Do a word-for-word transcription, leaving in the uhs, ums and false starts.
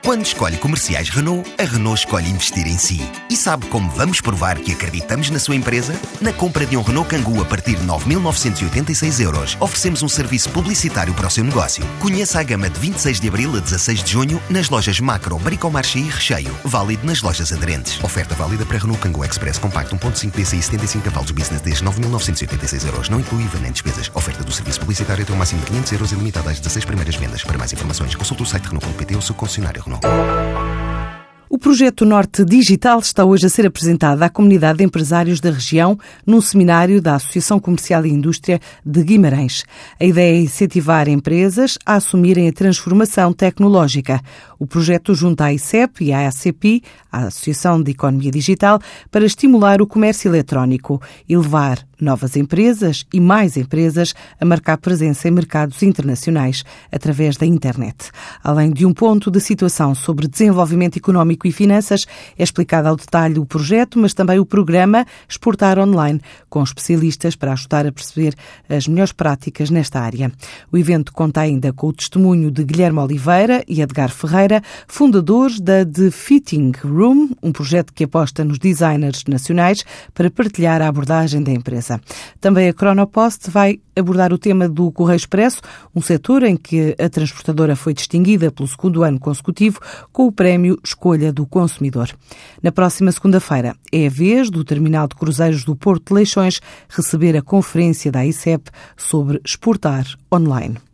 Quando escolhe comerciais Renault, a Renault escolhe investir em si. E sabe como vamos provar que acreditamos na sua empresa? Na compra de um Renault Kangoo a partir de nove mil novecentos e oitenta e seis euros, oferecemos um serviço publicitário para o seu negócio. Conheça a gama de vinte e seis de abril a dezasseis de junho nas lojas Macro, Bricomarché e Recheio. Válido nas lojas aderentes. Oferta válida para Renault Kangoo Express Compact um ponto cinco D C I setenta e cinco cavalos Business desde nove mil novecentos e oitenta e seis euros. Não inclui I V A nem despesas. Oferta do serviço publicitário até o máximo de quinhentos euros e limitada às dezasseis primeiras vendas. Para mais informações, consulte o site Renault ponto pt ou o seu concessionário Renault. O projeto Norte Digital está hoje a ser apresentado à comunidade de empresários da região num seminário da Associação Comercial e Indústria de Guimarães. A ideia é incentivar empresas a assumirem a transformação tecnológica. O projeto junta a I C E P e a A C P, a Associação de Economia Digital, para estimular o comércio eletrónico e levar novas empresas e mais empresas a marcar presença em mercados internacionais através da internet. Além de um ponto de situação sobre desenvolvimento económico e finanças, é explicado ao detalhe o projeto, mas também o programa Exportar Online, com especialistas para ajudar a perceber as melhores práticas nesta área. O evento conta ainda com o testemunho de Guilherme Oliveira e Edgar Ferreira, fundadores da The Fitting Room, um projeto que aposta nos designers nacionais para partilhar a abordagem da empresa. Também a Chronopost vai abordar o tema do Correio Expresso, um setor em que a transportadora foi distinguida pelo segundo ano consecutivo com o prémio Escolha do Consumidor. Na próxima segunda-feira é a vez do Terminal de Cruzeiros do Porto de Leixões receber a conferência da I C E P sobre exportar online.